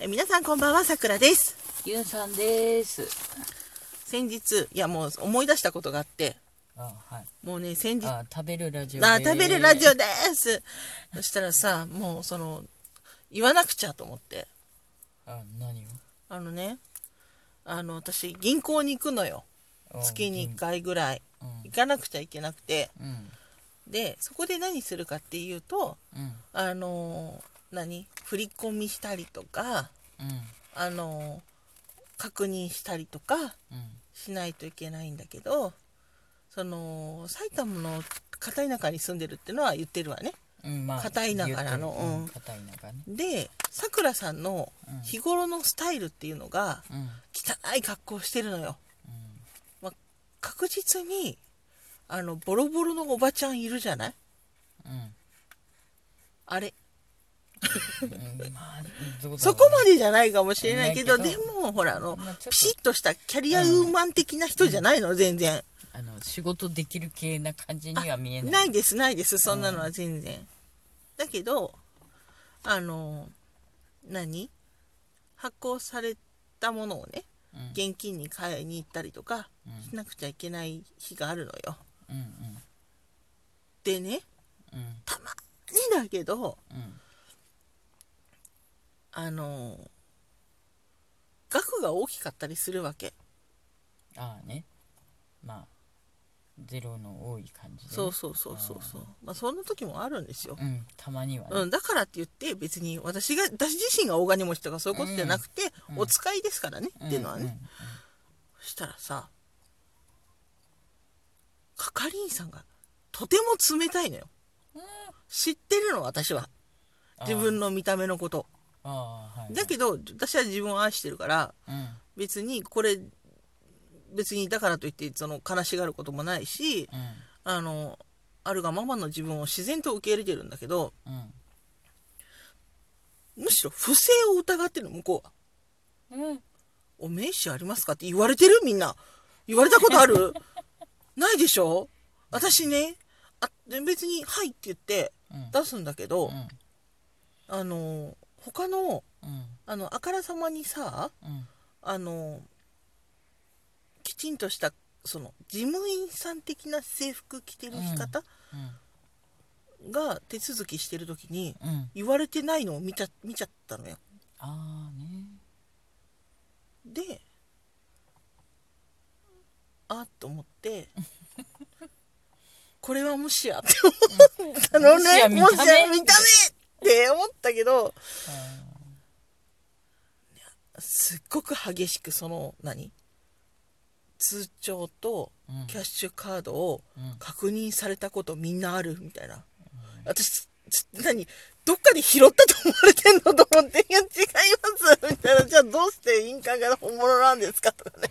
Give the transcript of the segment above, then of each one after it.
皆さんこんばんは、さくらです。 ゆうさんです。 先日、もう思い出したことがあって、 はい、 もうね、先日、 食べるラジオです。 食べるラジオです。そしたらさ、もう言わなくちゃと思って。 何を私、銀行に行くのよ。月に1回ぐらい。行かなくちゃいけなくて。で、そこで何するかっていうと、振り込みしたりとか、確認したりとかしないといけないんだけど、埼玉の片田舎に住んでるってのは言ってるわね。片田舎なの。 片田舎ね。 で、さくらさんの日頃のスタイルっていうのが、汚い格好してるのよ。確実にボロボロのおばちゃんいるじゃない？あれそこまでじゃないかもしれないけど、でもほらピシッとしたキャリアウーマン的な人じゃないの、全然。 仕事できる系な感じには見えない。 ないですないです、そんなのは全然。だけど発行されたものをね、現金に買いに行ったりとかしなくちゃいけない日があるのよ。でね、たまにだけど、額が大きかったりするわけ。 ゼロの多い感じで、ね、 そう。そんな時もあるんですよ。 たまにはね。 だからって言って別に私自身が大金持ちとかそういうことじゃなくて、お使いですからね、っていうのはね。そしたらさ、係員さんがとても冷たいのよ。知ってるの、私は。自分の見た目のこと。だけど私は自分を愛してるから、別にだからといって悲しがることもないし、あるがままの自分を自然と受け入れてるんだけど、むしろ不正を疑ってるの、向こうは。お名刺ありますかって言われてる？みんな言われたことある？ないでしょ。私ね、別にはいって言って出すんだけど、他のあからさまにさ、きちんとした事務員さん的な制服着てる方が手続きしてる時に言われてないのを見ちゃったのよ。で、と思ってこれはもしやって思ったのね。もしや見た目って思ったけど、すっごく激しく通帳とキャッシュカードを確認されたことみんなあるみたいな。私どっかで拾ったと思われてんのと思って、いや違いますみたいな。じゃあどうして印鑑が本物なんですかとか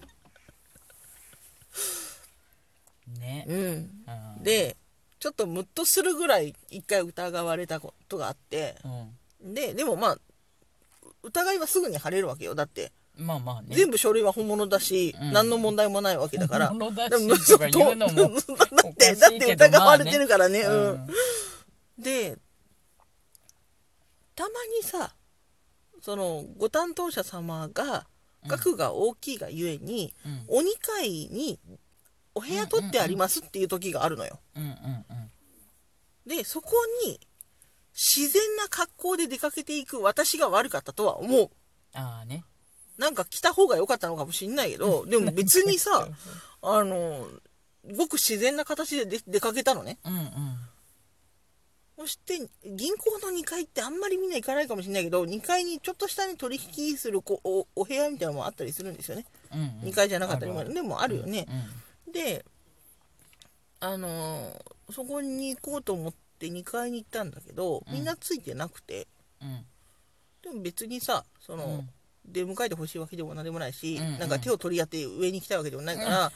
ね。でちょっとムッとするぐらい一回疑われたことがあって、でも疑いはすぐに晴れるわけよ。だって全部書類は本物だし、何の問題もないわけだから。 本物だしとか言うのもだって疑われてるからね。で、たまにさ、ご担当者様が額が大きいがゆえに、お2階にお部屋取ってありますっていう時があるのよ。で、そこに自然な格好で出かけていく私が悪かったとは思う。なんか着た方が良かったのかもしんないけど、でも別にさ、ごく自然な形で出かけたのね。そして銀行の2階ってあんまりみんな行かないかもしれないけど、2階にちょっと下に取引するお部屋みたいなのもあったりするんですよね。2階じゃなかったりもでもあるよね。で、そこに行こうと思って2階に行ったんだけど、みんなついてなくて、でも別にさ、出迎えてほしいわけでも何でもないし、なんか手を取り合って上に来たわけでもないから、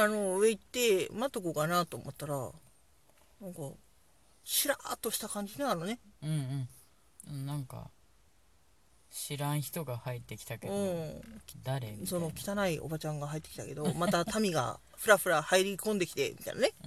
上行って待っとこうかなと思ったら、なんかしらーっとした感じなのね。 なんか知らん人が入ってきたけど、誰みたいな。 汚いおばちゃんが入ってきたけど、また民がふらふら入り込んできてみたいなね。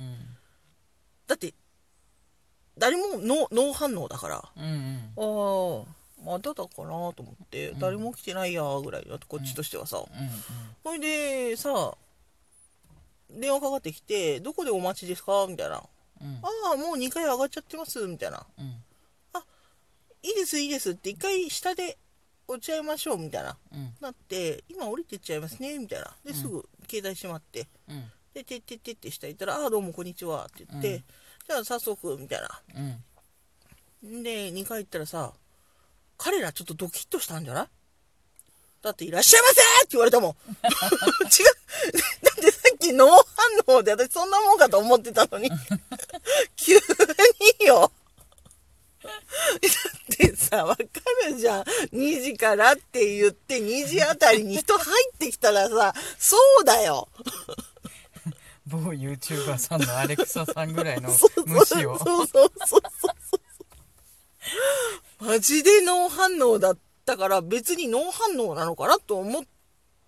だって誰もノー反応だから、 まだだかなと思って、誰も来てないやぐらいだとこっちとしてはさ、ほいでさ電話かかってきて、どこでお待ちですかみたいな、ああもう2階上がっちゃってますみたいな、あいいですいいですって1回下で落ち合いましょうみたいな、なって今降りてっちゃいますねみたいなですぐ携帯しまって、でてってってって下行ったら、ああどうもこんにちはって言って、じゃあ早速みたいな、で2回行ったらさ、彼らちょっとドキッとしたんじゃない？だっていらっしゃいませって言われたもん違うだってさっき脳反応で私そんなもんかと思ってたのに急によだってさ、わかるじゃん。2時からって言って2時あたりに人入ってきたらさ、そうだよ。 某 YouTuber さんのアレクサさんぐらいの虫を。 そう。マジで脳反応だったから、別に脳反応なのかなと思って、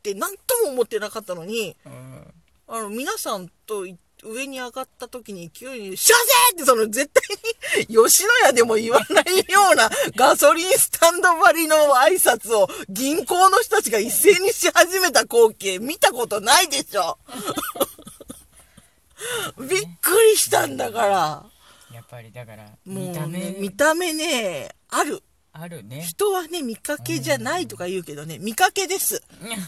なんとも思ってなかったのに、皆さんと上に上がった時に急に、幸せってその絶対に吉野家でも言わないようなガソリンスタンド張りの挨拶を銀行の人たちが一斉にし始めた光景見たことないでしょびっくりしたんだから。 やっぱりだからもうね、見た目ね、あるね。 人はね見かけじゃないとか言うけどね、見かけです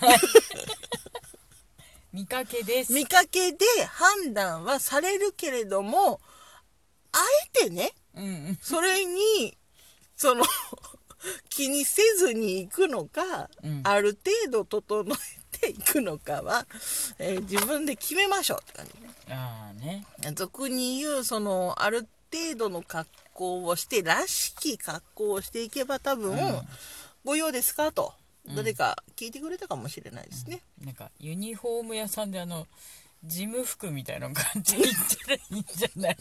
見かけです。 見かけで判断はされるけれども、あえてね、それに気にせずに行くのか、ある程度整えていくのかは、自分で決めましょうって感じね。俗に言うある程度の格好をしてらしき格好をしていけば多分、ご用ですかと誰か聞いてくれたかもしれないですね。 なんかユニフォーム屋さんで事務服みたいなの買っていったらいいんじゃない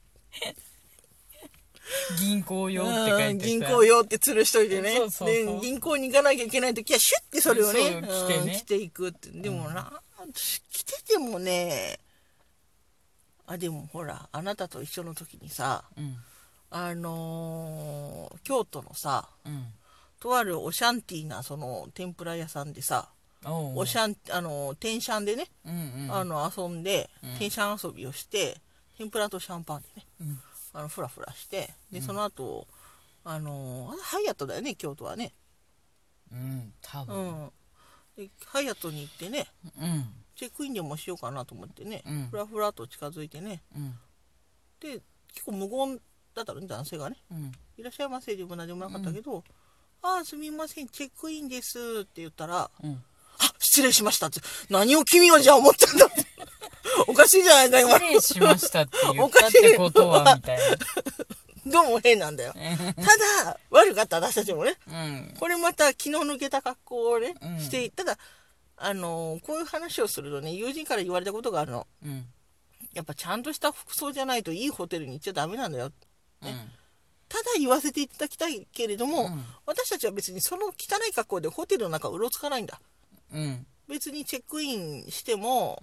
銀行用って書いてさ、 銀行用って吊るしといてね。 そうで銀行に行かなきゃいけないときはシュッてそれをね着ていくって。でも着ててもね、でもほらあなたと一緒の時にさ、京都のさ、とあるオシャンティーな天ぷら屋さんでさ、天シャンでね、遊んで、天シャン遊びをして、天ぷらとシャンパンでね、フラフラして、でその後ハイアットだよね京都はね。 多分。 でハイアットに行ってね、チェックインでもしようかなと思ってね、フラフラと近づいてね、で結構無言だったのに男性がね、いらっしゃいませでも何でもなかったけど、すみませんチェックインですって言ったら、失礼しましたって、何を君はじゃあ思ったんだっておかしいじゃないか今。 失礼しましたって言ったってことはみたいなどうも変なんだよただ悪かった私たちもね、これまた気の抜けた格好をね、して、ただこういう話をするとね、友人から言われたことがあるの、やっぱちゃんとした服装じゃないといいホテルに行っちゃダメなんだよ、ただ言わせていただきたいけれども、私たちは別にその汚い格好でホテルの中うろつかないんだ、別にチェックインしても、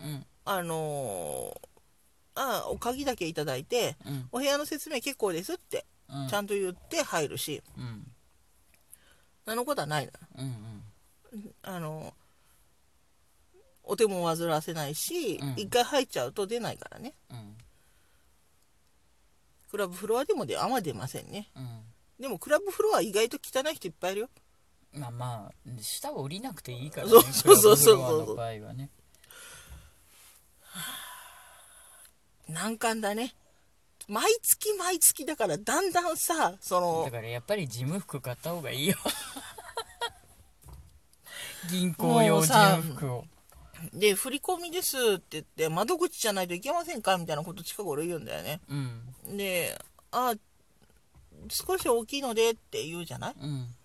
お鍵だけいただいて、お部屋の説明結構ですって、ちゃんと言って入るし、何のことはないな、お手も煩わせないし、一回入っちゃうと出ないからね、クラブフロアでもあんま出ませんね、でもクラブフロア意外と汚い人いっぱいいるよ。 まあ下を降りなくていいからね、 そうクラブフロアの場合はね。 難関だね。毎月だからだんだんさ、 だからやっぱり事務服買った方がいいよ銀行用事務服を。 で振り込みですって言って窓口じゃないといけませんかみたいなこと近頃言うんだよね、で少し大きいのでって言うじゃない、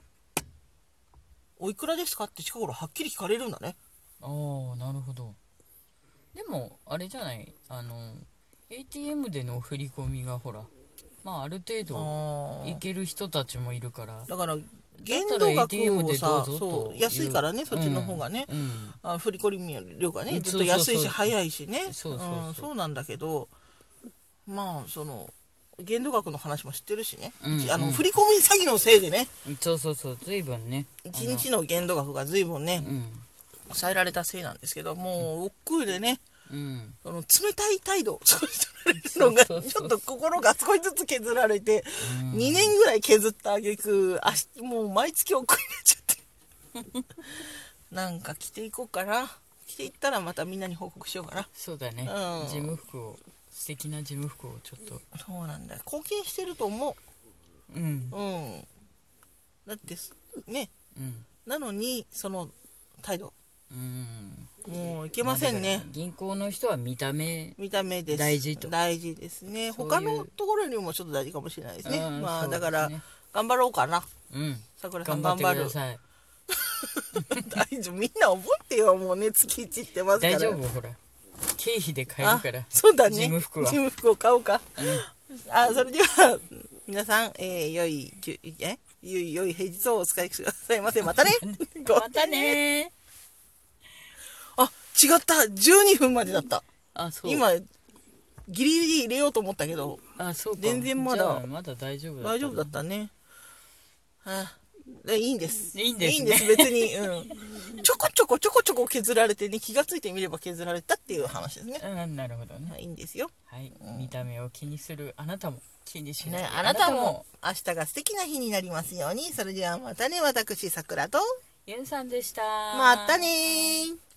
おいくらですかって近頃はっきり聞かれるんだね。 なるほど。でもあれじゃない、ATM での振り込みがほら、ある程度いける人たちもいるから、 だから限度額をさ、そう安いからね、そっちの方がね、振り込み量がねずっと安いし早いしね、そうなんだけど、 限度額の話も知ってるしね、 うんうん、 振り込み詐欺のせいでね、 そう随分ね 1日の限度額が随分ね、抑えられたせいなんですけど、もう億劫でね、その冷たい態度を少し取られるのがちょっと心が少しずつ削られて、2年ぐらい削った挙句もう毎月億劫になっちゃってなんか着ていこうかな。着ていったらまたみんなに報告しようかな。 そうだね、事務服を素敵な事務服をちょっと。 そうなんだよ、貢献してると思う。だってね、なのにその態度、もういけませんね。 銀行の人は見た目です。大事ですね。他のところよりもちょっと大事かもしれないですね。まあだから頑張ろうかな。さくらさん頑張る。大丈夫、みんな覚えてよ、もうね、月1ってますから。 大丈夫、ほら経費で買えるから。 そうだね、 事務服を買おうか。それでは皆さん、良い平日をお使いくださいませ。またねまたね。 違った、12分までだった。 そう今ギリギリ入れようと思ったけど、 そうか、 全然まだ大丈夫だったね。いいんです。 いいんです、 別に、ちょこちょこ削られてね、気がついてみれば削られたっていう話ですね。 なるほどね。 いいんですよ。 はい、見た目を気にするあなたも気にしない、 あなたも明日が素敵な日になりますように。それではまたね、私さくらとゆんさんでした。 またね。